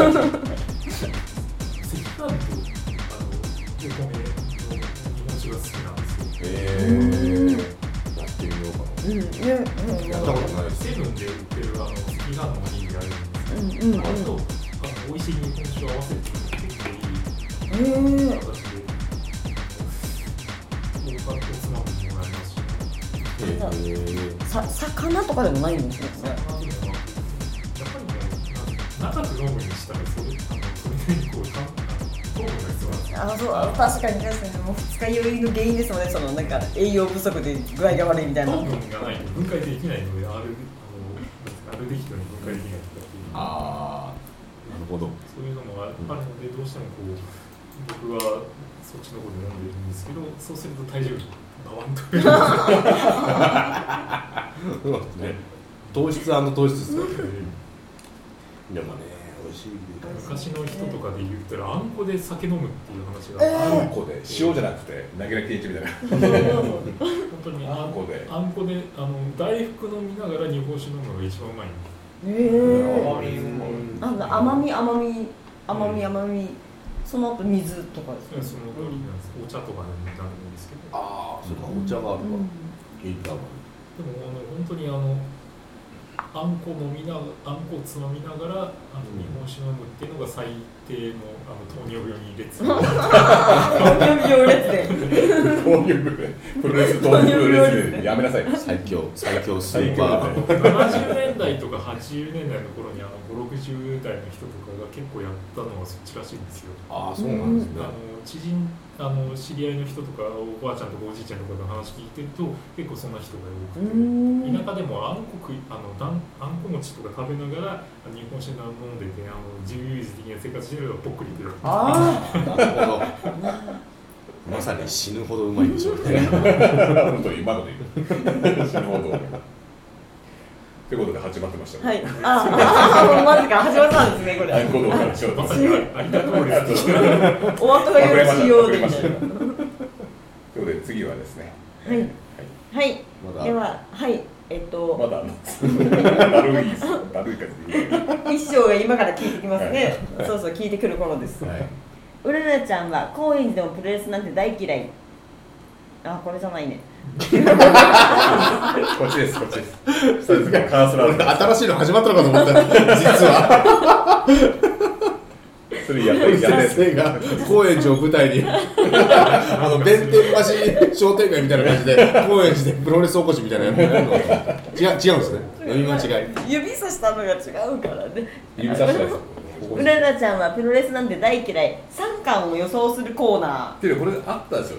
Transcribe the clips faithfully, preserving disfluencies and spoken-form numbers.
あのお米の日本酒が好きなんですよ。 えー、やってみようかな。 うん、うん、 やったことないです。 セブンで売ってるあの赤飯のおにぎりあるんですよ。 うん、うん、うん。 あとあの美味しい日本酒を合わせて結構いいえー、 形で、おかおつまみもらえますし、 えー、 さ、魚とかでもないんですね。 魚でもなく、やっぱりもう長く飲むにしたらそれあのそれなりにこうた糖分が必要なんですよ。 あ、そう、確かに確かにもう二日酔いの原因ですもんね。そのなんか栄養不足で具合が悪いみたいな。 糖分がないと分解できないので、あるあのアルデヒドに分解できないとかっていう。 ああ、なるほど。 そういうのもあるので、どうしてもこう僕はそっちの方で飲んでるんですけど、そうすると体重がバワンと増えるそうですね。糖質&糖質ですよね。でもね、美味しい。 昔の人とかで言ったらあんこで酒飲むっていう話が、 あんこで塩じゃなくて投げなきゃいけないみたいな。 本当にあんこであんこであの大福飲みながら日本酒飲むのが一番うまいんで。 えー、あの甘み甘み甘み甘み、その後水とかですその通りなんです。お茶とかになるんですけど。 ああ、そうか、お茶があるから。いいだろう。 でもあの本当にあのあんこ飲みながら、あんこをつまみながらあの日本酒飲むっていうのが最低のあの糖尿病に列。 糖尿病列で。 糖尿病プロレス糖尿病列でやめなさい。最強最強スーパー。 ななじゅうねんだいとかはちじゅうねんだいの頃にあのご、ろくじゅうだいの人とかが結構やったのはそっちらしいんですよ。 ああ、そうなんですね。 あの知人あの知り合いの人とかおばあちゃんとかおじいちゃんとかの話聞いてると結構そんな人が多くて、田舎でもあんこ食いあのだんあんこ餅とか食べながら日本酒飲んでてあの自由自的な生活してるのがぽっくりって言われて、 あなるほど。まさに死ぬほどうまいんでしょうね。本当に今ので言う。死ぬほど。ということで始まってました、 はい。あ、マジか始まったんですねこれ。 あんこ動画のショーまト。 さにありがとうです。 お後がよろしいようでみたいな。 ということで次はですね。 はい。はい。 まだでははいえっとまだだるいですよ。だるいかって一生が今から聞いてきますね。そうそう聞いてくる頃です。 はい。 うららちゃんは高円寺でもプロレスなんて大嫌い。あ、これじゃないね。 こっちですこっちです。そうですか。カーソル新しいの始まったのかと思った。実は。それやっぱり先生が高円寺を舞台にあの弁天橋商店街みたいな感じで高円寺でプロレス起こしみたいなやつやるの違う違うんですね。飲み間違い。 指さしたのが違うからね。 指さしたです。 うららちゃんはプロレスなんて大嫌い。さんかんを予想するコーナていうかこれあったんですよ。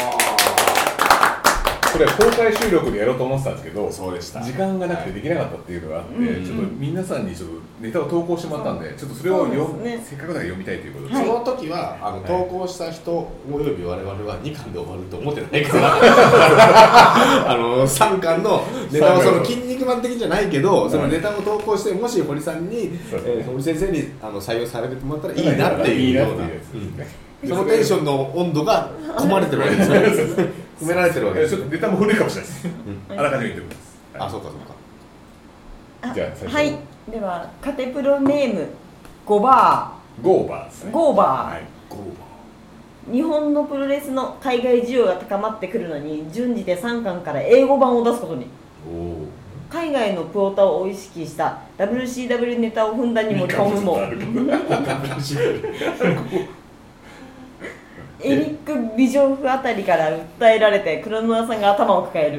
これ公開収録でやろうと思ってたんですけど、そうでした。時間がなくてできなかったっていうのがあって、はい、ちょっと皆さんにちょっとネタを投稿してもらったんで、ちょっとそれを読む、ね、せっかくだから読みたいということで、はい、その時はあの投稿した人および我々はにかんで終わると思ってないからあのさんかんのネタをその筋肉マン的じゃないけど、そのネタを投稿して、もし堀さんに、えー、堀先生にあの採用されてもらったらいいなっていうような、そのテンションの温度が込まれてるわけですよ。込められてるわけです。ちょっとネタも古いかもしれないです。あらかじめ言ってます。あ、そうかそうか。じゃあ最初。はい。 ではカテプロネームゴバー。ゴーバーですね。 ゴーバー。 はい。ゴーバー。日本のプロレスの海外需要が高まってくるのに順次でさんかんから英語版を出すことに。お海外のプロタを意識した ダブリューシーダブリュー ネタをふんだんに盛り込むも。エリック・ビジョフあたりから訴えられて黒沼さんが頭を抱える。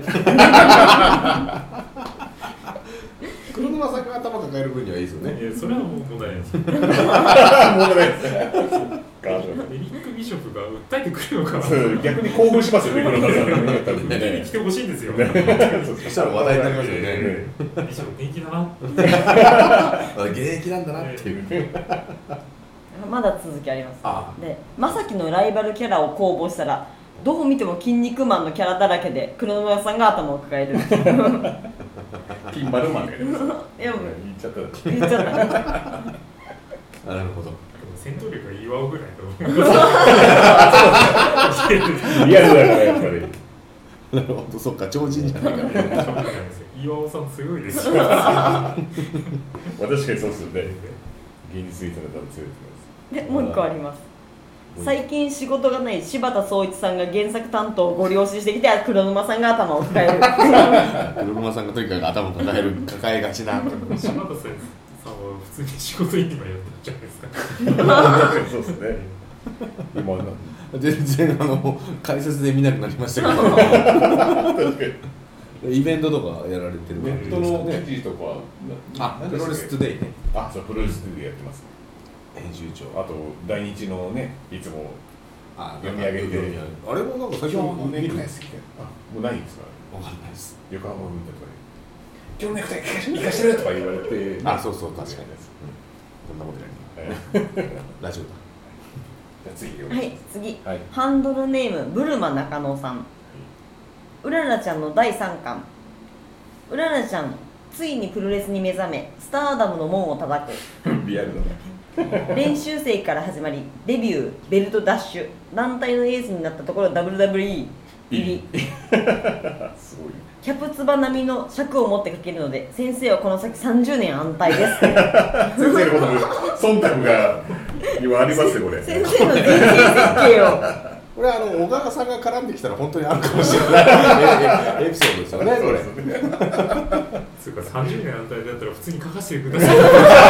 黒沼さんが頭を抱える分にはいいですよね。 いや、それはもう問題ないです。問題ないですね。 エリック・ビショフが訴えてくるのかな。 逆に興奮しますよね、黒沼さんがね。来てほしいんですよ。 そしたら話題になりますよね。 ビショフ元気だな。 現役なんだなっていう。 まだ続きあります。で、まさきのライバルキャラを公募したらどう見ても筋肉マンのキャラだらけで黒沼さんが頭を抱える。 金丸マンがいる。 いやもう言っちゃった。 言っちゃった。 なるほど。 戦闘力は岩尾ぐらいと思う。リアルだからやっぱり。なるほど、そっか、超人じゃないから。岩尾さん強いですよ。確かにそうですよね。 現実にそれ多分強いと思います。でもう一個あります。最近仕事がない柴田壮一さんが原作担当をご了承してきて、黒沼さんが頭を抱える黒沼さんがとにかく頭を抱える抱えがちな柴田さんは普通に仕事に今やってるじゃないですか。 そうですね。今全然あの解説で見なくなりましたけど確かにイベントとかやられてるネットの記事とか、 あ、プロレストゥデイね。 あ、そう、プロレストゥデイやってます。 編集長。 あと大日のね、いつも読み上げて、 あれもなんか最初見るね好きで、あ、もうないんですか。 わかんないです。 横浜見たとかで、今日ネクタイ生かしてるとか言われて、 あ、そうそう確かに。こんなことやる。ラジオだ。 じゃ次はい、次、はい、ハンドルネームブルマ中野さん。うららちゃんのだいさんかん。うららちゃんついにプロレスに目覚め、スターダムの門を叩くリアルだな練習生から始まり、デビュー、ベルトダッシュ、団体のエースになったところ ダブリューダブリューイー 入りすごい。キャプツバ並みの尺を持ってかけるので、先生はこの先さんじゅうねん安泰です先生のこと忖度が今ありますよこれ。 先生の人生設計をこれあの小川さんが絡んできたら本当にあるかもしれないエピソードですよねこれ。 そうかさんじゅうねん安泰だったら普通に書かせてください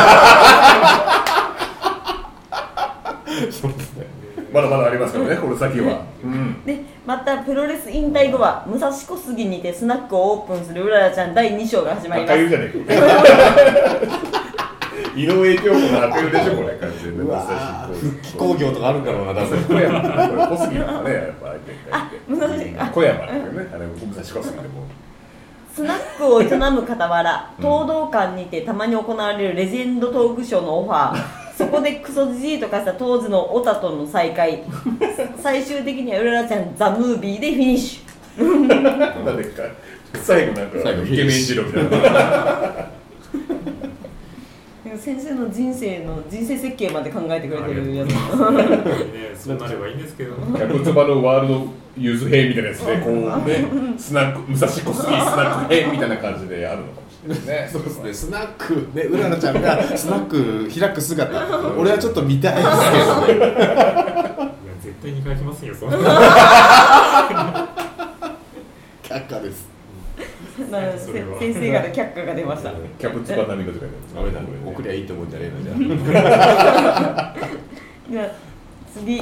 そうですね。まだまだありますからね、この先は。 うん、でまたプロレス引退後は武蔵小杉にてスナックをオープンするうららちゃんだいに章が始まります。 じゃねえ井上京子の発表でしょこれ完全に。 復帰興行とかあるんだろうな多分。 小山これ小杉とかねやっぱあ武蔵小山っていうねあれ武蔵小杉でも。 スナックを営む傍ら、東道館にてたまに行われるレジェンドトークショーのオファー。そこでクソじじいと化した当時のオタとの再会。最終的にはうららちゃんザ・ムービーでフィニッシュ。 なんでか最後なんかイケメン二郎みたいな。 先生の人生の人生設計まで考えてくれてるやつ。 そうなればいいんですけど。 キャプツバのワールドユーズ編みたいなやつでこうねスナック武蔵小杉スナック編みたいな感じであるのかもしれないね。 そうですね。スナックねうららちゃんがスナック開く姿、俺はちょっと見たいですけどね。いや絶対に書きませんよそんな。 却下です。 先生から却下が出ました。 キャプツバ並みのとかで送りゃいいと思うんじゃねえのじゃあ。 では次。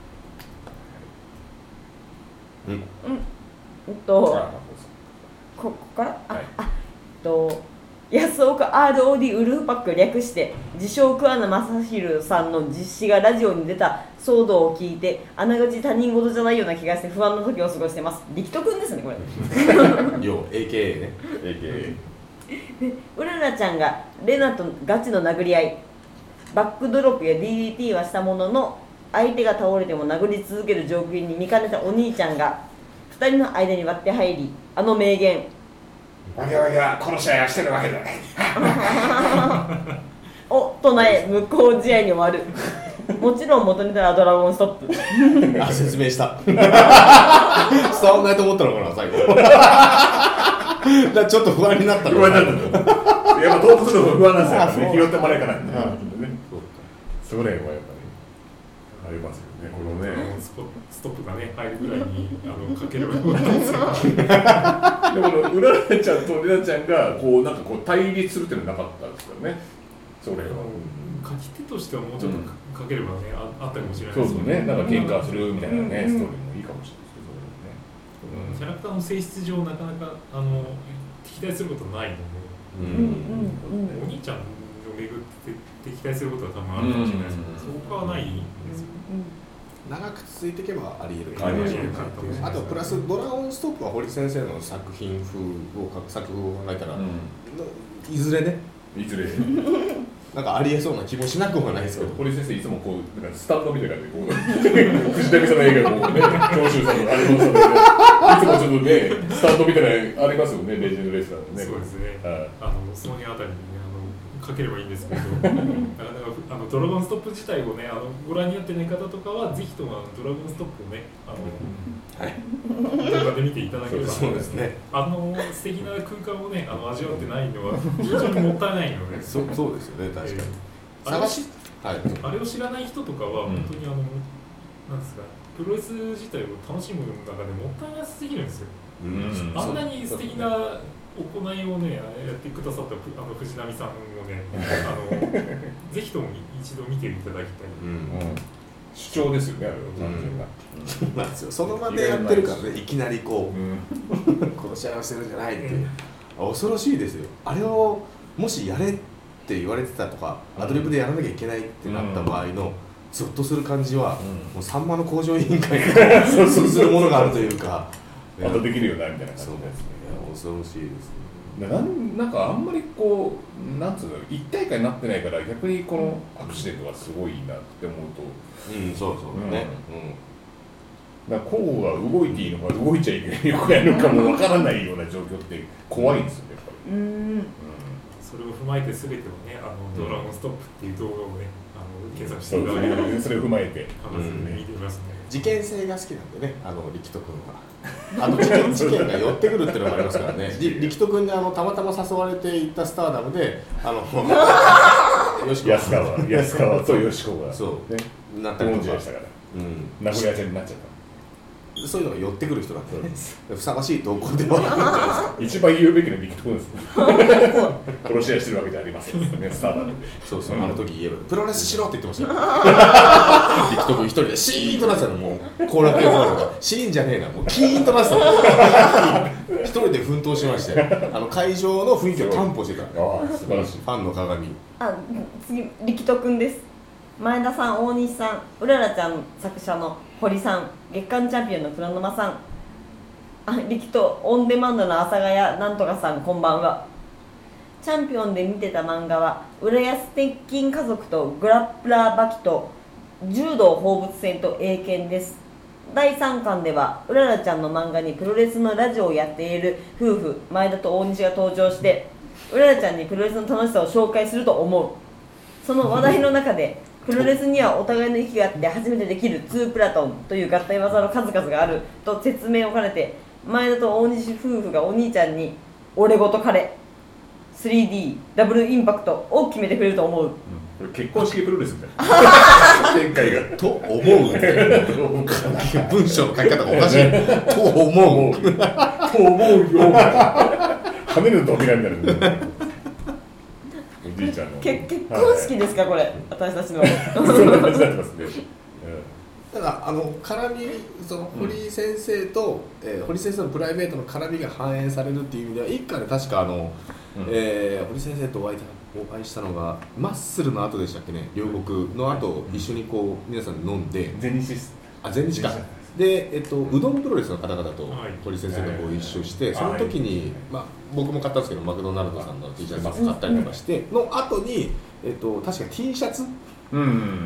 うん。うん。 えっとここからあ、はい、あえっと安岡 アールオーディー ウルフパック略して自称桑名正宏さんの実施がラジオに出た騒動を聞いてあながち他人事じゃないような気がして不安な時を過ごしてます。力斗くんですねこれ。 よ エーケーエー ねエーケーエーでうららちゃんがレナとガチの殴り合い、バックドロップや ディーディーティー はしたものの相手が倒れても殴り続ける状況に見かねたお兄ちゃんがふたりの間に割って入り、あの名言わけわけは殺し合いはしてるわけじゃないを唱え無効試合に終わる。もちろん元ネタはドラゴンストップ。 あ、説明した伝わんないと思ったのかな最後だちょっと不安になったの。 不安になったやっぱトークするの不安なんですよ、ね、拾ってもらえかないんで、ね、それはやっぱりありますよねこのねストップがね入るぐらいにあのかければよかったんですよでもうららちゃんとレナちゃんがこうなんかこう対立するっていうのはなかったですからね。それは書き手としてはもうちょっとかければね、うん、あ, あったかもしれないですよね。そうですね。なんか喧嘩するみたいなね、うん、ストーリーもいいかもしれないですけどね。 キャラクターの性質上なかなかあの敵対することないので、うんうんうん、お兄ちゃんを巡って敵対することは多分あるかもしれないですけど、そこはないんですよ。 長く続いていけばあり得るかもしれない。あとプラスドラゴンストップは堀先生の作品風を作風を考えたら、うん、いずれねいずれなんかありえそうな気もしなくはないですけど、 堀先生いつもこうなんかスタンドみたいな感じでこう藤波さんの映画でこうね長州さんのあれのさんで、ね、いつもちょっとねスタンドみたいなありますよねレジェンドレスラーのね。 そうですね。あのその辺あたりにねかければいいんですけど、なかなかあのドラゴンストップ自体をねあのご覧になってない方とかはぜひともドラゴンストップをねあの、はい、動画で見ていただければそうですね。 あの素敵な空間をねあの味わってないのは非常にもったいないので、 そそうですよね確かに。 え探し、はい、あれを知らない人とかは本当にあの、うん、なんですか、プロレス自体を楽しむ中でもったいなすぎるんですよ、うん、あんなに素敵な行いをねやってくださったあの藤波さんをねあのぜひとも一度見ていただきたい、うんうん、 主張ですよね、あれは完全な、 うん、なんですよ、その場でやってるからね、いきなりこう、うん、殺し合わせるんじゃないって、うん、恐ろしいですよ。あれをもしやれって言われてたとか、アドリブでやらなきゃいけないってなった場合のゾッとする感じは、うん、もうさんまの向上委員会にそうするものがあるというかまたできるよなみたいな感じですね。 恐ろしいですね。 な ん, なんかあんまりこうなんつうの一体化になってないから逆にこのアクシデントがすごいなって思うと、 うん、そうそうね、 うん、だから交互が動いていいのか動いちゃいけないのかやるのかもわからないような状況って怖いんですよね、やっぱり。うん、うん、 それを踏まえて全てをね、あのドラゴンストップっていう動画をね、あの検索してください、ね、それを踏まえて話すね、見てみますね。 事件性が好きなんでね、あの力人君は。あと事件事件が寄ってくるっていうのがありますからね。力人君にあのたまたま誘われて行ったスターダムで、あの安川安川と吉子がそうね、 なったりとかしたから、うん、名古屋戦になっちゃった。 そういうのが寄ってくる人なんで、ね、ふさわしい投稿ではないですか。一番言うべきの力人君ですね。殺し合いしてるわけじゃありませんね、スターダムで。 そうそう、あの時言えばプロレスしろって言ってましたよ。力人君一人でシーンとなってたの、もう後楽園ホールがシーンじゃねえな、もうキーンとなってたの。一人で奮闘しまして、あの会場の雰囲気を担保してた。 ああ、素晴らしい。 ファンの鏡。 あ、次力人君です。前田さん、大西さん、うららちゃん作者の堀さん、月間チャンピオンの黒沼さん、あ、力人オンデマンドの阿佐ヶ谷なんとかさん、こんばんは。チャンピオンで見てた漫画は浦安鉄筋家族とグラップラーバキと柔道放物線と英検です。だいさんかんではうららちゃんの漫画にプロレスのラジオをやっている夫婦前田と大西が登場して、うららちゃんにプロレスの楽しさを紹介すると思う。その話題の中でプロレスにはお互いの息があって初めてできるツープラトンという合体技の数々があると説明を兼ねて、前田と大西夫婦がお兄ちゃんに俺ごと彼 スリーディー ダブルインパクトを決めてくれると思う、うん、これ結婚式プロレスみたいな展開がと思う文章の書き方がおかしいと思うと思うよ跳ねると扉になるおじいちゃんの結婚式ですか、はい、これ私たちのそんな感じになってますね。 ただあの絡み、その堀先生と、うん、えー、堀先生のプライベートの絡みが反映されるっていう意味では一家で確かあの、うん、えー、堀先生とお会いお会いしたのがマッスルの後でしたっけね、両国の後、はい、一緒にこう皆さんで飲んで、 全日です。 あ、全日かで、えっと、うどんプロレスの方々と堀先生がご一緒して、はい、その時に、まあ、僕も買ったんですけどマクドナルドさんの T シャツ買ったりとかしての後に、えっと、確か T シャツ、 うん、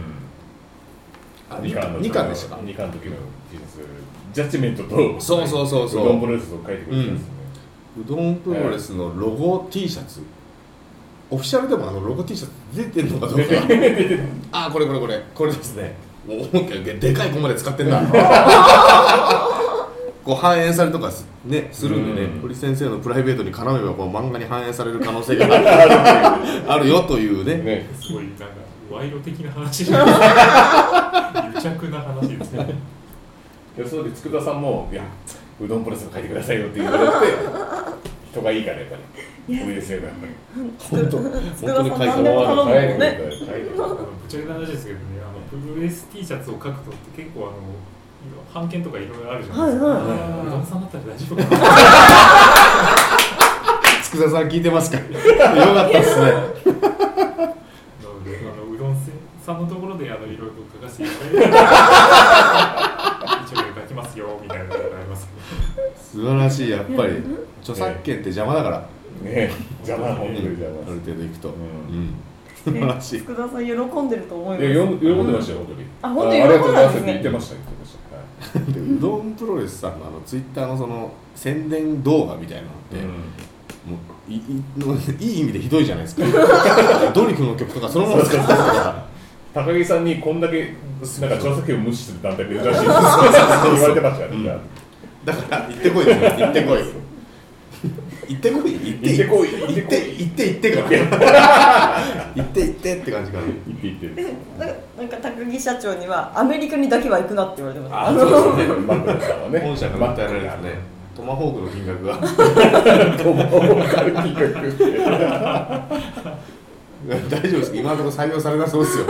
あにかんでしたか、 にかんの時の T シャツジャッジメントとそうそうそうそううどんプロレスを書いてくれてますね、 うん、うどんプロレスのロゴ T シャツ、オフィシャルでもあのロゴ T シャツ出てるのかどうかあ、これこれこれこれですね、でかいコマで使ってんだこう反映されとか す,、ね、するんでね、堀先生のプライベートに絡めばこう漫画に反映される可能性があるよというね、 ね、すごいなんか賄賂的な話じゃない癒着な話ですね。 それで佃さんもいやうどんプロレスを書いてくださいよって言われて人がいいからやっぱりそういう性がやっぱり本当本当に書いてもらわないとね。 ぶちゃけた話ですけどね、あのプロレス T シャツを書くとって結構あの版権とかいろいろあるじゃないですか。はいはいはい、うどんさんだったら大丈夫かな。 佃さん聞いてますか。よかったですね。なのであのうどんさんのところであのいろいろと書かせていただいて一応書きますよみたいなのがありますけど。 素晴らしい、やっぱり著作権って邪魔だから。 ね、邪魔本当に邪魔。 ある程度いくと。うん。 素晴らしい。佃さん喜んでると思います。 いや、喜んでましたよ、本当に。 あ、本当に喜んでますね。ありがとうございますって言ってました、言ってました。 でうどんプロレスさんのあのツイッターのその宣伝動画みたいなのって、うん、もう い, い, いい意味でひどいじゃないですか。ドリフの曲とかそのまま使ってたから高木さんにこんだけなんか著作権を無視する団体珍しいです言われてましたよね、うん、 だから行ってこいですよ、行ってこい行ってこい行って行ってこい行って行って行ってから行って行ってって感じかな。 行って行ってなんか高木社長にはアメリカにだけは行くなって言われてます。 あ、そうですね。 マックさんはね本社が訴えられるんですね。トマホークの金額がトマホークの金額って大丈夫です。今のところ採用されなそうですよ。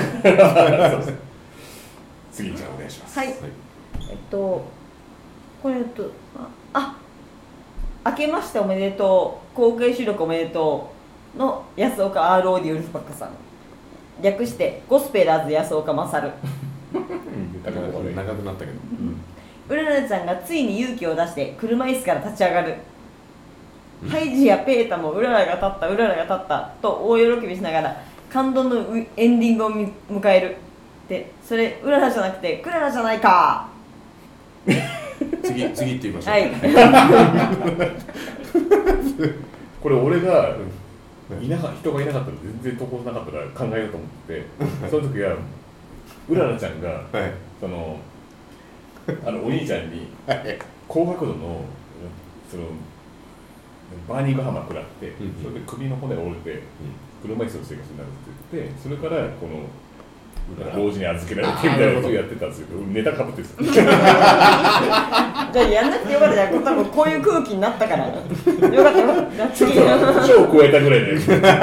次じゃあお願いします。 はい。えっとこれとあ、あ明けましておめでとう、公開収録おめでとうの安岡 アールオーディ ウルフパックさん。略してゴスペラーズ安岡勝。 長くなったけど。 うららちゃんがついに勇気を出して車椅子から立ち上がる。うん、ハイジやペータもうららが立ったうららが立ったと大喜びしながら感動のエンディングを迎える。でそれうららじゃなくてクララじゃないか。 次次って言いましょう。 はいこれ俺がいなか人がいなかったら全然投稿なかったから考えようと思ってその時はうららちゃんが、はい、そのあのお兄ちゃんに高角度のそのバーニングハマー食らって、うん、それで首の骨が折れて、うん、車椅子の生活になるって言ってそれからこの老人に預けられてみたいなことをやってたんですけどネタかぶってるんですじゃあやんなくてよかったじゃん。多分こういう空気になったからよかったよかったちょっと超を超えたぐらいで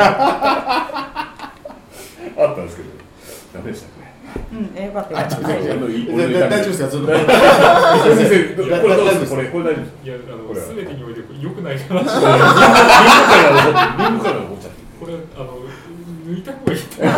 あったんですけどダメでしたね。 うん、よかったよかった。 大丈夫ですか。 これ大丈夫です。これこれ大丈夫です。 いやあのすべてにおいて良くない話。リングからリングから残っちゃって。 これあの抜いた方がいい。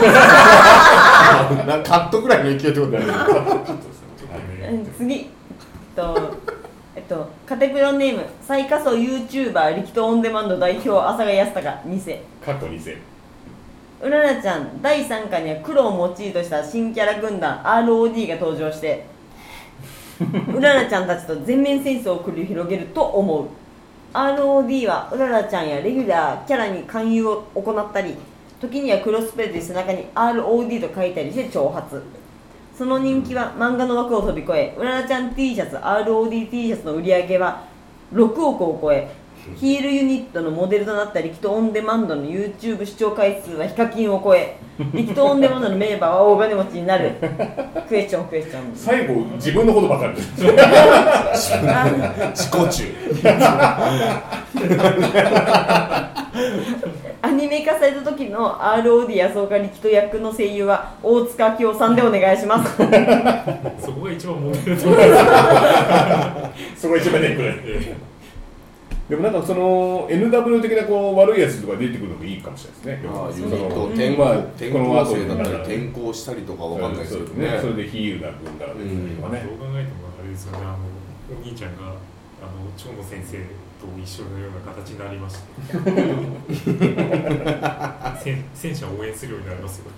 カットぐらいの勢いってことだよね。 次、えっと、えっと、カテプロネーム最下層 YouTuber 力投オンデマンド代表浅賀康隆に世。 過去に世。 うららちゃんだいさんかには黒をモチーフとした新キャラ軍団 アールオーディー が登場してうららちゃんたちと全面戦争を繰り広げると思う。 アールオーディー はうららちゃんやレギュラーキャラに勧誘を行ったり時にはクロスプレーで背中に アールオーディー と書いたりして挑発。その人気は漫画の枠を飛び越えうららちゃん T シャツ アールオーディー T シャツの売り上げはろくおくを超えヒールユニットのモデルとなった力投オンデマンドの YouTube 視聴回数はヒカキンを超え力投オンデマンドのメンバーは大金持ちになる。クエスチョンクエスチョン。 最後自分のことばかり自己中アニメ化された時の アールオーディー 安岡力投役の声優は大塚明夫さんでお願いします。 そこが一番問題だと思います。 そこが一番ねくらいでもなんかその エヌダブリュー 的なこう悪いやつとか出てくるのもいいかもしれないですね。 ああ、ユニット転校転校生だったり転校したりとかわかんないですけどね。 それでヒールが軍から出てくるとかね。 どう考えてもあれですよね。あのお兄ちゃんがあの長野先生と一緒のような形になりまして戦, 戦車を応援するようになりますよ。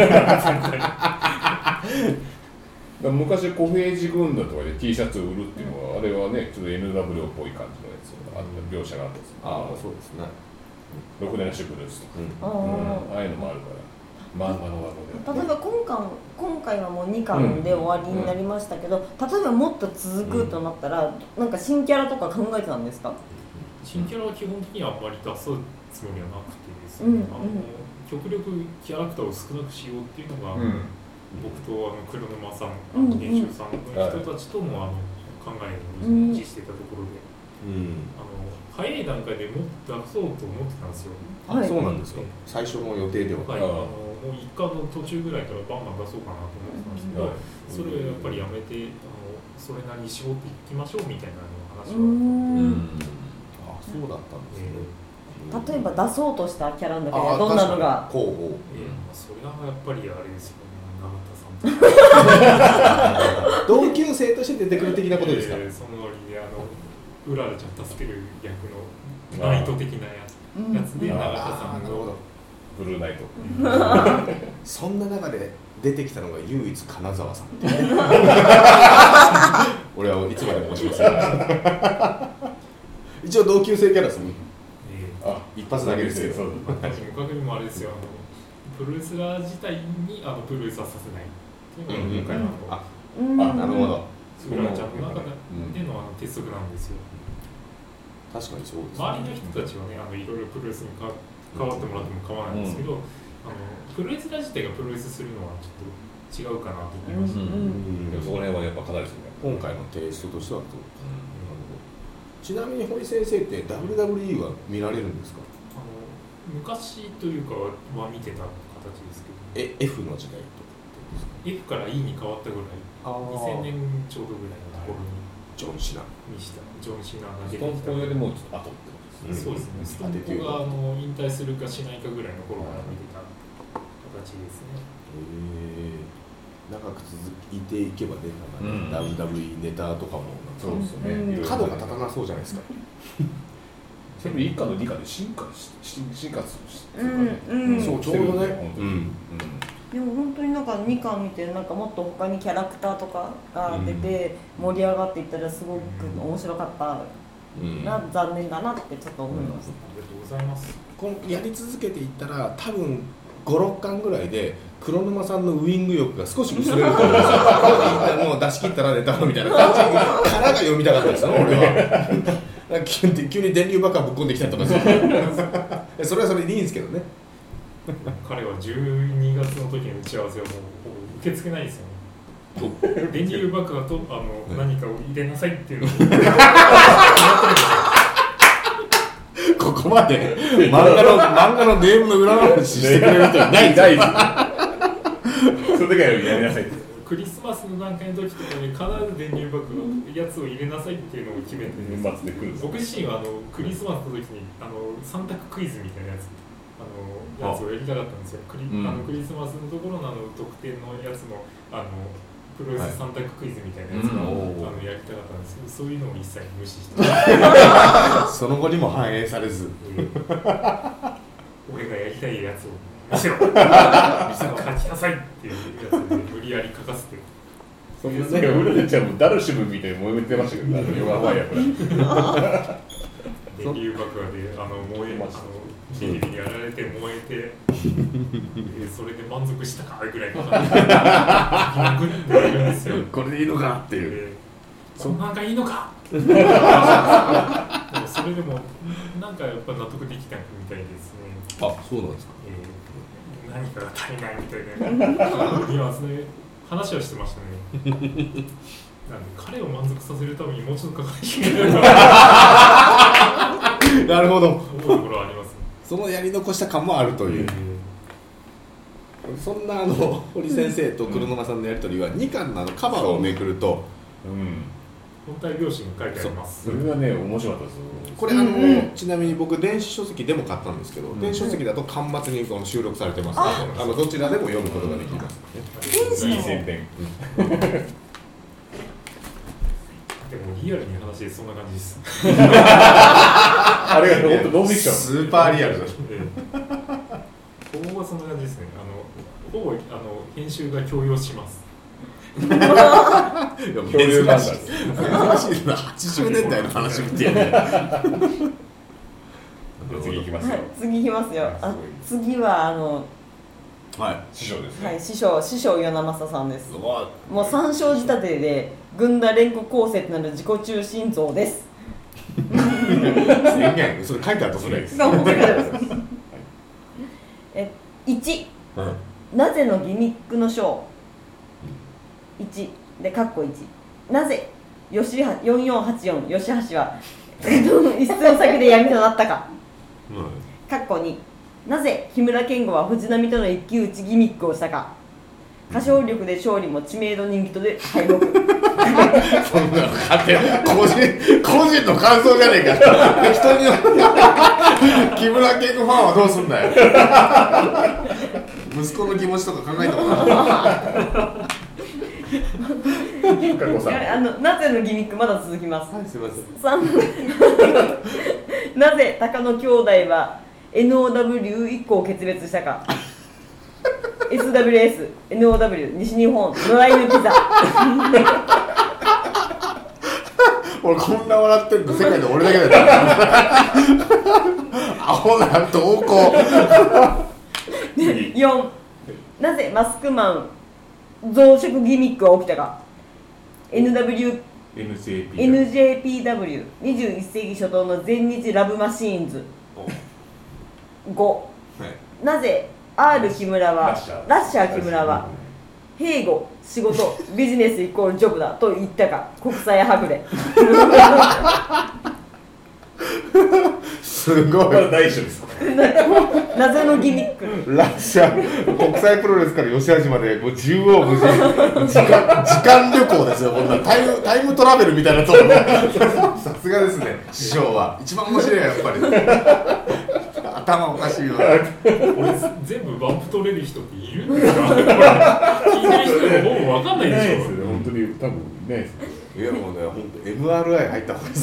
昔小平寺軍団とかで T シャツを売るっていうのは、うん、あれはねちょっと エヌダブリュー っぽい感じのやつがあった描写があったんです。 ああ、そうですね。 ろくねんシュプルスとか、うんうん、ああいうのもあるから漫画の枠で、 ね、例えば今回今回はもうにかんで終わりになりましたけど、うん、例えばもっと続くとなったら、うん、なんか新キャラとか考えてたんですか？ 新キャラは基本的にはあんまり出すつもりはなくてですね、うんうん、あの極力キャラクターを少なくしようっていうのが、うん、僕とあの黒沼さん、あの編集さんの人たちともあの考えを一致していたところで、うん、あの早い段階でもっと出そうと思ってたんですよ。 あ、はい、そうなんですか。最初の予定では、 はい、あのもう一巻の途中ぐらいからバンバン出そうかなと思ってたんですけど、はい、それをやっぱりやめてあのそれなりに絞っていきましょうみたいな話はあって、 そうだったんですね。 例えば出そうとしたキャラの中でどんなのが候補、えーまあ、それはやっぱりあれですよね、永田さんと同級生として出てくる的なことですか？ えー、そのノリであのうららちゃん助ける役のナイト的なやつ、やつで永田さんのブルーナイトそんな中で出てきたのが唯一金沢さん俺はいつまでも申しません一応同級生キャラですね、えー、あ一発だけですけどおかげもあれですよ、あのプロレスラー自体にあのプロレスはさせないっていうのが今回の、 うん、あ、うん、あ、なるほどうららちゃんの中でのあの鉄則なんですよ。 うん、あの早い段階でもっと出そうと思ってたんですけど、それはやっぱりやめてあのそれなりに絞っていきましょうみたいな話は、うん、僕とあの黒沼さん、編集さんの人たちともあの考えを一致していたところで、うん、あの確かにそうです、ね、 周りの人たちはね、あのいろいろプロレスに関わってもらっても構わないんですけど、うん、あのプロレスラー自体がプロレスするのはちょっと違うかなと思います、 うんうん、そこら辺はやっぱ課題ですね、 今回のテイストとしてはどうですか、うん、ちなみに堀先生って ダブリューダブリューイー は見られるんですか？ あの昔というかは見てた形ですけど、 え F の時代とか F から E に変わったぐらい、にせんねんちょうどぐらいのところにジョン・シナにしたジョン・シナが出てきた。ストンコよりもちょっと後ってことですね。 そうですね。ストンコがあの引退するかしないかぐらいの頃から見てた形ですね。 へえ。長く続いていけばね、なんかね、うん、ダブリューダブリューイー ネタとかもそうですよね。 角が立たなそうじゃないですか。 全部いっかのにかで進化し進化する、 うんうん、 そうちょうどね。本当に。うんでも本当になんかにかん見てなんかもっと他にキャラクターとかが出て盛り上がっていったらすごく面白かったな、うん、残念だなってちょっと思いました。 ありがとうございます。 このやり続けていったら多分ご、ろっかんぐらいで黒沼さんのウイング欲が少し薄れると思うんですよ。もう出し切ったらネタみたいな感じからが読みたかったですよね、俺は。急に急に電流爆破ぶっ込んできたりとかする。それはそれでいいんですけどね。 彼はじゅうにがつの時の打ち合わせはもう受け付けないですよね。電流爆破とあの、うん、何かを入れなさいっていうのをここまで漫画の漫画のネームの裏話してくれる人いないないそれだけやりなさい。 クリスマスの段階の時とかに必ず電流爆破のやつを入れなさいっていうのを決めて、ね、僕自身はあのクリスマスの時にあのさん択クイズみたいなやつあのやつをやりたかったんですよ。クリ、うん、あのクリスマスのところのあの特典のやつのあのプロレスさん択クイズみたいなやつを、はい、あのやりたかったんですけど、そういうのを一切無視してその後にも反映されず俺がやりたいやつを見せろ見せろ書きなさいっていうやつで無理やり書かせてそんなね、ウルネちゃんもダルシムみたいに燃えてましたけど、ヨガファイヤーから電流爆破であの燃えましたビリビリやられて燃えてそれで満足したかぐらいの感じでグッているんですよ。 これでいいのかっていう、 そんなんがいいのかでもそれでもなんかやっぱ納得できたみたいですね。 あ、そうなんですか、 えー、何かが足りないみたいなニュアンスで話はしてましたね。なんで彼を満足させるためにもうちょっとかかりきれないなるほど、 思うところはありますね。 そのやり残した感もあるという、うん、そんなあの堀先生と黒沼さんのやり取りはにかんのあのカバーをめくると、 うん、本体表紙に書いてあります。 そ, それがね面白かったです。 これあの、うん、ちなみに僕電子書籍でも買ったんですけど、うん、電子書籍だと巻末にこの収録されてますので、あのどちらでも読むことができます、 ね、いい宣伝でもリアルに話でそんな感じです。 あれが本当ノンフィクション。 スーパーリアルだ。 ほぼはそんな感じですね。あのほぼあの編集が強要します。 共有漫画です。 珍しいな。はちじゅうねんだいの話みたいな。 次行きますよ。 次行きますよ。あ、次はあの。 はい、師匠ですね。 はい、師匠、師匠与那正さんです。もう三章仕立てで軍団連呼構成となる自己中心像です。 宣言、それ書いてあったそれ。 え、いち、うん、なぜのギミックの章。いちでカッコいち。なぜ吉よんよんはちよん吉橋は一寸先で闇となったか。カッコに。なぜ日村健吾は藤波との一騎打ちギミックをしたか。歌唱力で勝利も知名度人気とで敗北。そんなの勝手個人個人の感想じゃねえか。人に木村健吾ファンはどうすんだよ。息子の気持ちとか考えたことない。 あのなぜのギミックまだ続きます。 はい、すみません。 なぜ高野兄弟はエヌオーダブリューいっこを決別したか。エスダブリューエス、エヌオーダブリュー、西日本、野良犬ピザ。 俺こんな笑ってるの世界で俺だけだよ。アホな投稿。 よん、なぜマスクマン増殖ギミックが起きたか。 エヌダブリューエヌジェーピーエヌジェーピーダブリュー にじゅういっ世紀初頭の全日ラブマシーンズ。ご、はい、なぜ R 木村はラッシャー、ラッシャー木村は兵庫、仕事、ビジネスイコールジョブだと言ったか。国際はぐれ。 すごい。 まだ大丈夫です。 謎のギミック。 ラッシャー、国際プロレスから吉橋までもう縦横無尽、時間時間旅行ですよ。こんなタイムタイムトラベルみたいなところ。さすがですね。師匠は一番面白いやっぱり。頭おかしいわ。 俺全部バンプ取れる人っているんですか？聞いてる人でもほぼ分かんないでしょ。 本当に多分いないです。 いやもうね、本当 エムアールアイ 入った方がいいです。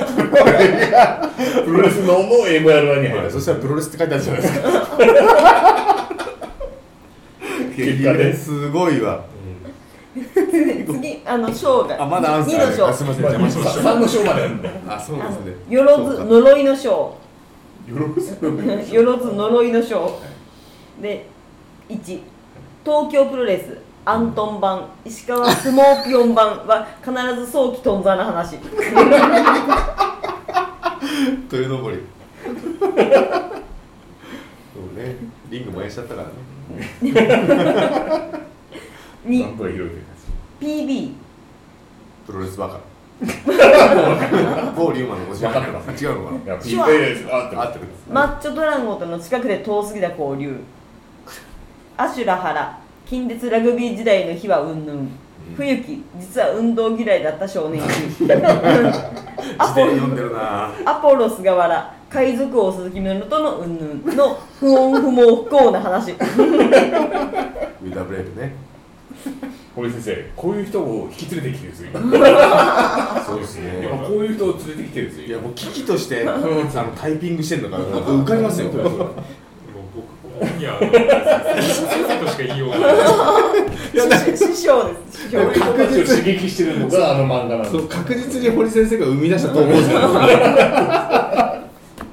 プロレスのも エムアールアイ に入る。 そしたらプロレスって書いてあるじゃないですか。 結果ですごいわ。 次、あの章があ、まだアンサー、 にの章。 すみません、邪魔しました。 さんの章まであるんだ。 あ、そうですね。 よろず呪いの章。 よろずよろず呪いの章でいち、東京プロレスアントン版、石川スモーピオン版は必ず早期頓挫の話。 豊登り。そうね、リング燃やしちゃったからね。 に、ピービープロレスバカ。某リューマンのごし分かってます。違うのかな。 手話マッチョドラゴンとの近くで遠すぎた交流。アシュラハラ近鉄ラグビー時代の日はうんぬん。冬木実は運動嫌いだった少年アポ読んでるな。 アポロ菅原海賊王鈴木みのるとのうんぬんの不穏不毛不幸な話。 ウィダブレイクね。 堀先生、こういう人を引き連れてきてるんですよ。 そうですね。 こういう人を連れてきてるんですよ。 いやもう危機としてあのタイピングしてるのから浮かびますよ。 僕いや先生としか言いようがない。 師匠です。師匠。 確実に刺激してるのがあの漫画なんです。 そう確実に堀先生が生み出したと思うんですよ。 まあですね、あのなん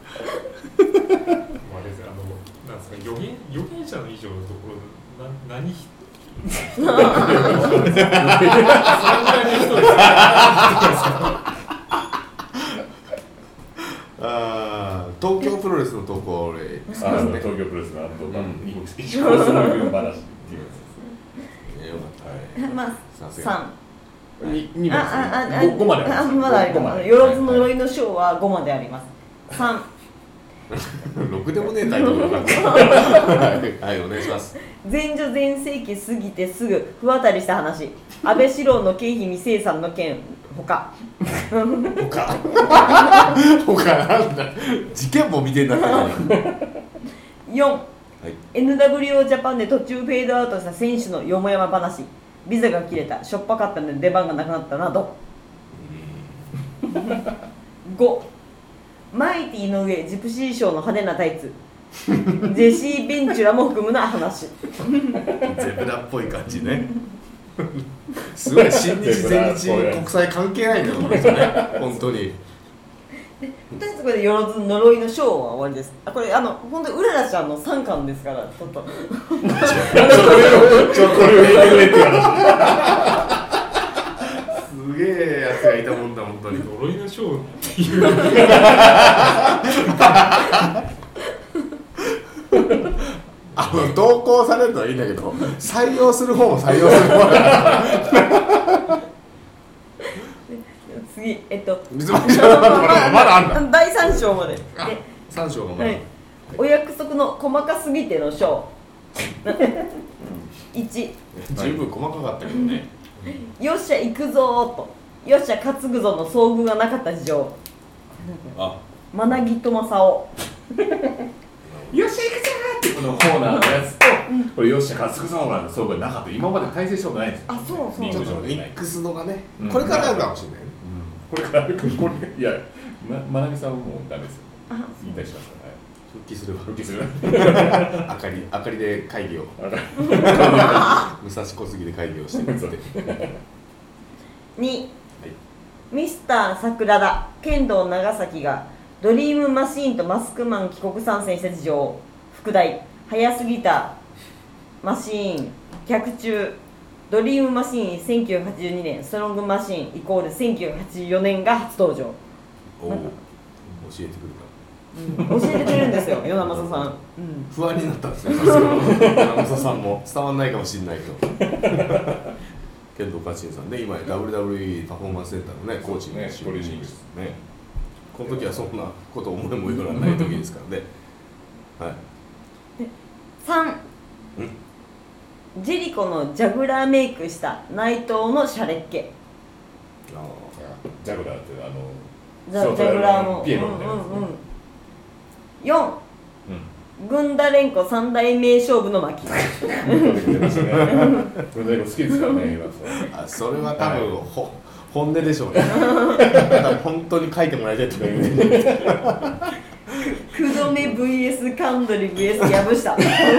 ですか予言予言者の以上のところな何そんなに人ですあ東京プロレスの投稿俺ですね。東京プロレスのとか石川さんの話っていうやつですね。 よかった。 まあさん。 ににまです。ごまであまだあります。よろず呪いの章はごまであります。さん。 ろくでもねえタイトルだな。はい、お願いします。 前女全盛期過ぎてすぐ不渡りした話。安倍四郎の経費未清算の件ほか。 ほか。ほかなんだ。事件も見てんだから。 よん、はい、エヌダブリューオー ジャパンで途中フェードアウトした選手のよもやま話。ビザが切れた、しょっぱかったので出番がなくなったなど。ご、マイティの上ジプシーショーの派手なタイツ。ジェシー・ベンチュラも含むな話。 ゼブラっぽい感じね。すごい新日全日国際関係ないんだよこれね。本当に。 とりあえずこれでよろず呪いのショーは終わりです。あこれあの本当にうららちゃんのさんかんですからちょっと。ちょっとこれを言ってくれって話。 すげえやつがいたもんだ本当に。 呪いのショーっていう。 あの投稿されるのはいいんだけど採用する方も採用する方だ。 次えっとまだあんだ。 だいさん章まで。でさん章がまだ、はい、 お約束の細かすぎての章。いち、 十分細かかったけどね。 よっしゃ行くぞーとよっしゃ担ぐぞの遭遇がなかった事情。 あまなぎとまさお。 よっしゃ行くぞーってこのコーナーのやつと、うん、これよっしゃ担ぐぞーなんてそうがなかった。今まで対戦したことないんですよ。 あそうそうちょっとミックスのがね、うん、これからあるかもしれないね。 これからこれいやまなみさんはもうダメですよ。引退しますから。 復帰する復帰する。 あかりあかりで会議を。武蔵小杉で会議をしてるって。 に、はい、ミスター桜田剣道長崎がドリームマシーンとマスクマン帰国参戦した事情。副題早すぎたマシーン客中ドリームマシーンせんきゅうひゃくはちじゅうにねん、ストロングマシーンイコールせんきゅうひゃくはちじゅうよねんが初登場。 お教えてくるか、 うん、教えてくれるんですよ与那正さん、うん、 不安になったんですよ与那正さんも伝わんないかもしれないけどケント・カチンさんね、今や ダブリューダブリューイー パフォーマンスセンターのねコーチにね、トレーニングですね。 この時はそんなこと思いもよらない時ですからねはい。 さん、ジェリコのジャグラーメイクした内藤のシャレっ気。 あジャグラーってあのジャジャグラーのピエロみたいなやつね。 うんうんうん、よん、軍田連呼三大名勝負の巻。軍田連呼好きですからね。 あ、それは多分、はい、ほ本音でしょうね。多分本当に書いてもらいたいとか言う。 くどめ ブイエス カンドリ ブイエス 藪下。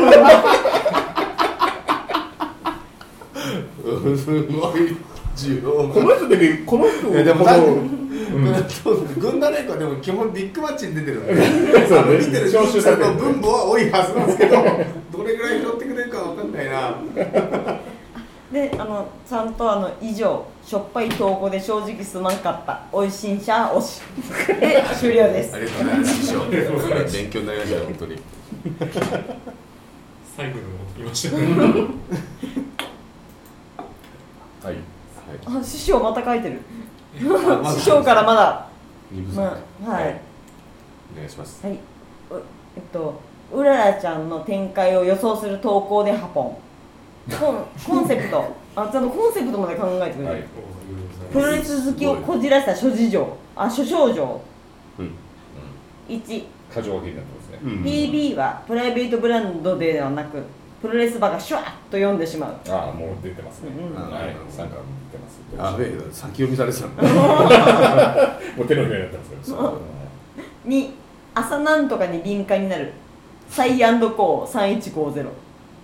すごい需要この人だけこの人いやでも多分軍団連合はでも基本ビッグマッチに出てるんで、あの見てる人数の分母は多いはずなんですけど、どれぐらい拾ってくれるかわかんないな。 で、あのちゃんとあの以上しょっぱい投稿で正直すまんかったおいしんしゃおしで終了です。 ありがとうございます。師匠勉強になりました本当に。 最後に持ってきましたね。 はい。 あ、師匠また書いてる。師匠からまだ。 まあ、 はい。 お願いします。 はい。えっとうららちゃんの展開を予想する投稿でハポン。コン, コンセプトあ、ちゃんとコンセプトまで考えてくれる、はい、プロレス好きをこじらせた諸事情あ諸症状、うん、いち過剰書きになってますね、 うん、ピービー はプライベートブランドではなくプロレス場がシュワッと読んでしまう。 ああ、もう出てますね、うん、はい、さんから出てます。 あべえ、先読みされてたのもう手のひらになってますからに朝なんとかに敏感になるサイアンドコーさんいちごゼロ。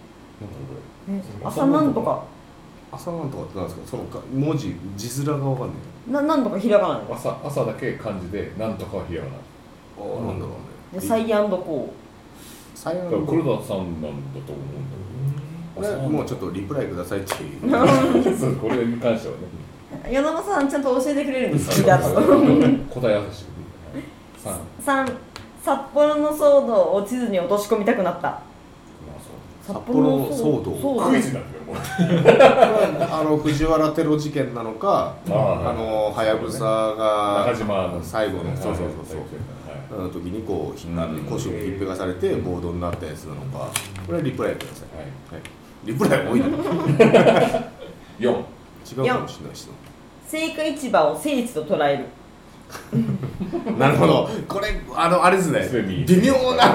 朝なんとか朝なんとかってなんですか。その文字字面がわかんない。 ななんとかひらがな。 朝朝だけ漢字でなんとかはひらがな。 ああ、なんだろうね。 でサイアンドコー。サイアンドコー。黒田さんなんだと思うんだけど。これもうちょっとリプライくださいっていう。 これに関してはね。 与那さんちゃんと教えてくれるんですよ。答え合わせしてくれる。三札幌の騒動を地図に落とし込みたくなった。 札幌の騒動クイズなんだよもうあの藤原テロ事件なのか、あのはやぶさが中島の最後のそうそうそうそうの時にこう腰をひっぺがされて暴動になったやつなのか、これはリプライください。リプライ多いな。 よん違うかもしれないし。 青果市場を聖地と捉える。 なるほど、これあのあれですね、微妙な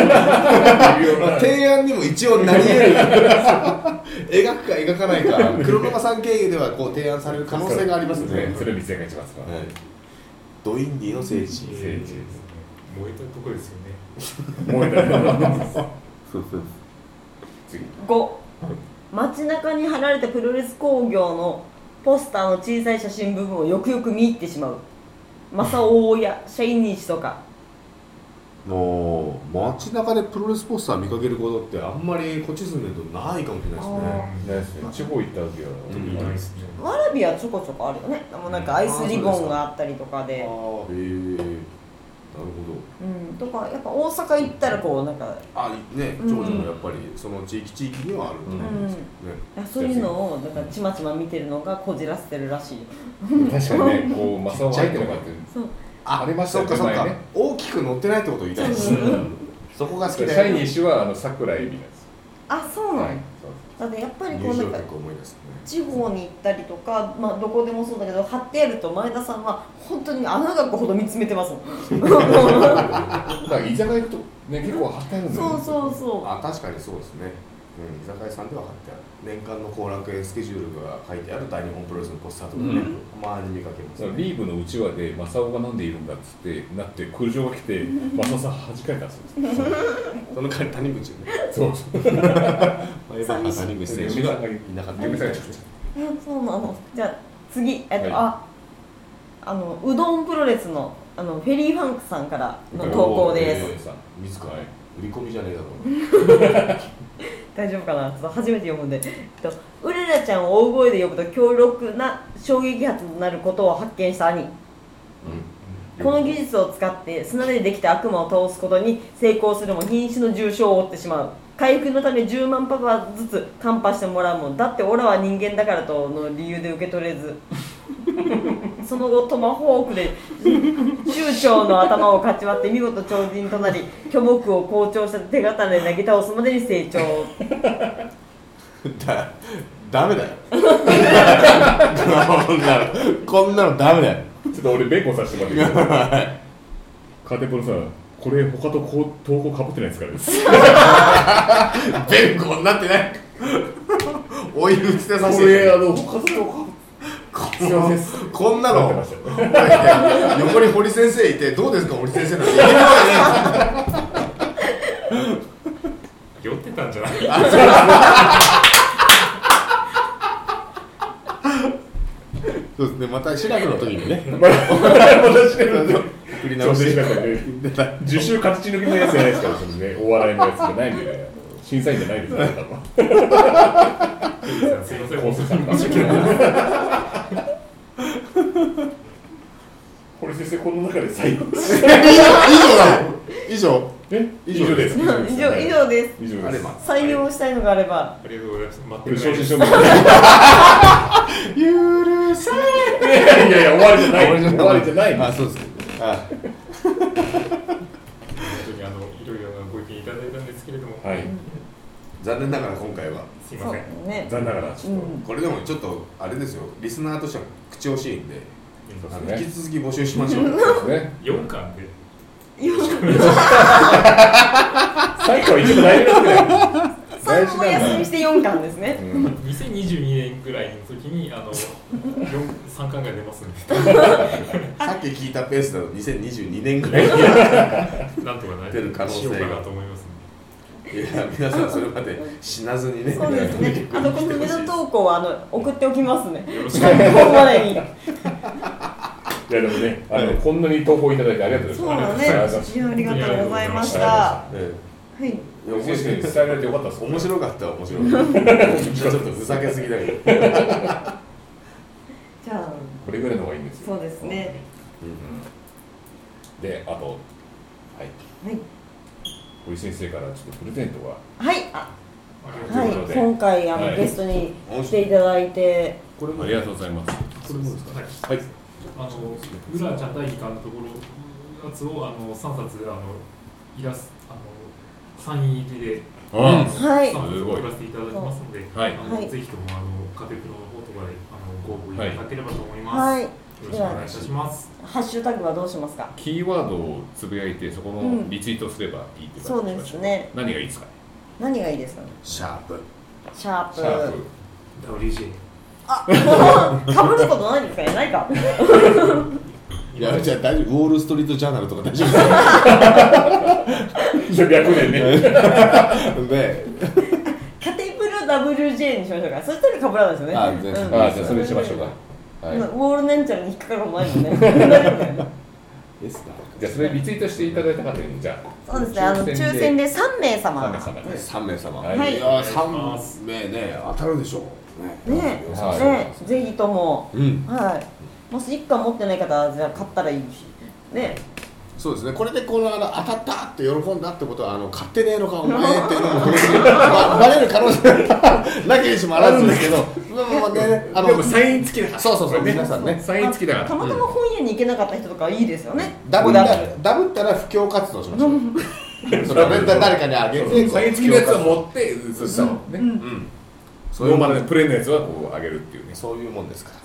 提案にも一応なり得る描くか描かないか黒沼さん経由ではこう提案される可能性がありますね。 それ見せが一番ですから、 ドインディの聖地、 聖地ですね。燃えたところですよね。 燃えた次ご、街中に貼られたプロレス工業のポスターの小さい写真部分をよくよく見入ってしまう。正雄やシャイニー氏とか。 もう街中でプロレスポスター見かけることってあんまりこっち住んでるとないかもしれないですね。 地方行った時はないですね。 わらびはちょこちょこあるよね。もうなんかアイスリボンがあったりとかで。 ああ、へえ。なるほど。 うん、とかやっぱ大阪行ったらこうなんかあね、長女もやっぱりその地域地域にはあると思うんですよね。 そういうのをなんかちまちま見てるのがこじらせてるらしい。 確かにね、こうマサオ入ってなかった。ありましたよね。 大きく乗ってないってことを言いたいです。そこが好きで。 シャイニー氏はあの桜井美です。 あ、そうなの。だってやっぱりこうなんか地方に行ったりとか、まあどこでもそうだけど貼ってあると前田さんは本当に穴が開くほど見つめてますもん。だから居酒屋行くとね結構貼ってあるんだよね。 そうそうそう。 あ、確かにそうですね。うん、居酒屋さんでは貼ってある。年間の後楽園スケジュールが書いてある大日本プロレスのポスターとかね、たまに見かけます、ね。 リーブのうちわで正雄がなんでいるんだっつってなって空城が来て正雄さん弾かれたんですよ。 その代わり谷口ね。 そうそう。 谷口選手がいなかった。 そうなの。じゃあ次、えっと、はい、あ、あのうどんプロレスのあのフェリーファンクさんからの投稿です。 自ら売り込みじゃねえだろう。 大丈夫かな、ちょっと初めて読むんで、えっと、うららちゃんを大声で呼ぶと強力な衝撃波となることを発見した兄、うん、この技術を使って砂でできた悪魔を倒すことに成功するも瀕死の重傷を負ってしまう。回復のためじゅうまんパワーずつカンパしてもらうもんだってオラは人間だからとの理由で受け取れずその後トマホークで酋長の頭をかち割って見事超人となり巨木を好調した手刀で投げ倒すまでに成長だダメだよこんなのこんなのダメだよ。 ちょっと俺ベーコンさせてもらっていいですかカーテンポロさん、これ他とこう投稿かぶってないですからですベーコンになってないオイル捨てさせてこれあの他とこんなの横に堀先生いてどうですか堀先生なんて言えるわけね酔ってたんじゃないそうですね、また志らくの時にねまた志らくの時振り直して受賞勝ち抜きのやつじゃないですから、そのね、お笑いのやつじゃないんで、ね、審査員じゃないですからすいません、 コースさんがこれ先生、この中で最後以上だ以上え以上です以上以上です。 以上です。 採用したいのがあれば。 ありがとうございます。待これってください。 正真正銘許さいやいやいや、終わりじゃない終わりじゃないあ、そうですねあ本当にあのいろいろなご意見いただいたんですけれども、 はい、 残念ながら今回はすいません。 ね、 残念ながらちょっと、 これでもちょっとあれですよ、リスナーとしては口惜しいんで、あのね、 引き続き募集しましょうね、 よんかんで最後は一番大事なんだよ。 さんも休みしてよんかんですね、 うん、にせんにじゅうにねんぐらいの時にあのさんかんが出ますんでさっき聞いたペースだとにせんにじゅうにねんぐらいなんとかな出る可能性がしようかなと思いますね。いや、皆さんそれまで死なずにね。 そうですね。あのこのメド投稿はあの送っておきますね。 よろしくお願いしここまでに。 いやでもね、あの、こんなに投稿いただいてありがとうございます。 そうだね。いやありがとうございました。はい。 いや、面白い伝えられてよかったです。 面白かった、面白かった。ちょっとふざけすぎだけど。じゃあこれぐらいの方がいいんですよ。 そうですね。 で、あと、はい。 はい。 堀先生からちょっとプレゼントが。 はい。あ、 はい。 今回あのゲストに来ていただいて、 これもありがとうございます。 これもですか。はい。あのウラちゃん大義官のところやつをあのさんさつあのイラスあのサイン入りではい。 さんさつ送らせていただきますので、 はい。 あのぜひともあのカテプロの方とかであのご応募いただければと思います。 はい。 よろしくお願いいたします。 ハッシュタグはどうしますか。 キーワードをつぶやいて、そこのリツイートすればいいってそうですね。 何がいいですか。 何がいいですかね。 シャープ。 シャープ。 シャープ。 ダブリュージェー。 あ、かぶることないですかね。ないか。 いや、じゃあ大丈夫。ウォールストリートジャーナルとか大丈夫ですか。逆でね。 で、 カテプロ ダブリュージェー にしましょうか。そしたらかぶらないですよね。 あ、全然。 あ、じゃあそれにしましょうか。 ウォールなんちゃらに引っかかることないもんね。 ですか。 じゃあそれリツイートしていただいた方にじゃあ。 そうですね。あの抽選でさんめいさま。 三名様。 はい。 いや、三名ね、当たるでしょう。ね。ね、ぜひとも。はい。もし一巻持ってない方はじゃあ買ったらいいし。ね。 そうですね。これでこのあの当たったって喜んだってことはあの買ってねえのかお前っていうのもバレる可能性なきにしもあらずですけど、まあね、あのでもサイン付きだから。 そうそうそう、皆さんね。 サイン付きだから。 たまたま本屋に行けなかった人とかいいですよね。 ダブったダブったら布教活動しましょう。それは絶対誰かにあげて、 サイン付きのやつを持ってそしたのね。うん。 そういうまだプレーンのやつはこうあげるっていうね。 そういうもんですから。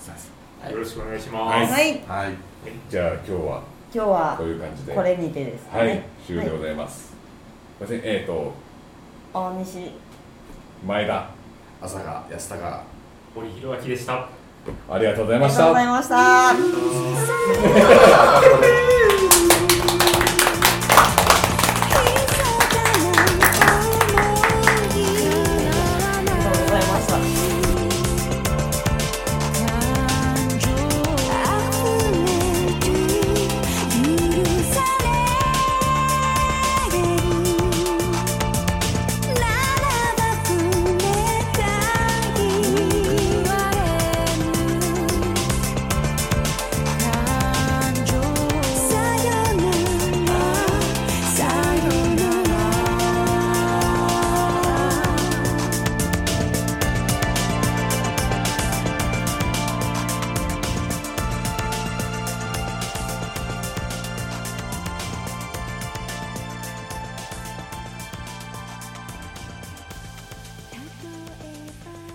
よろしくお願いします。 はい。 はい。 じゃあ今日は。 今日はこういう感じでこれにてですね。 はい、終了でございます。すみません、えっと大西、 前田、 浅香、安高、 堀弘明でした。 ありがとうございました。 ありがとうございました。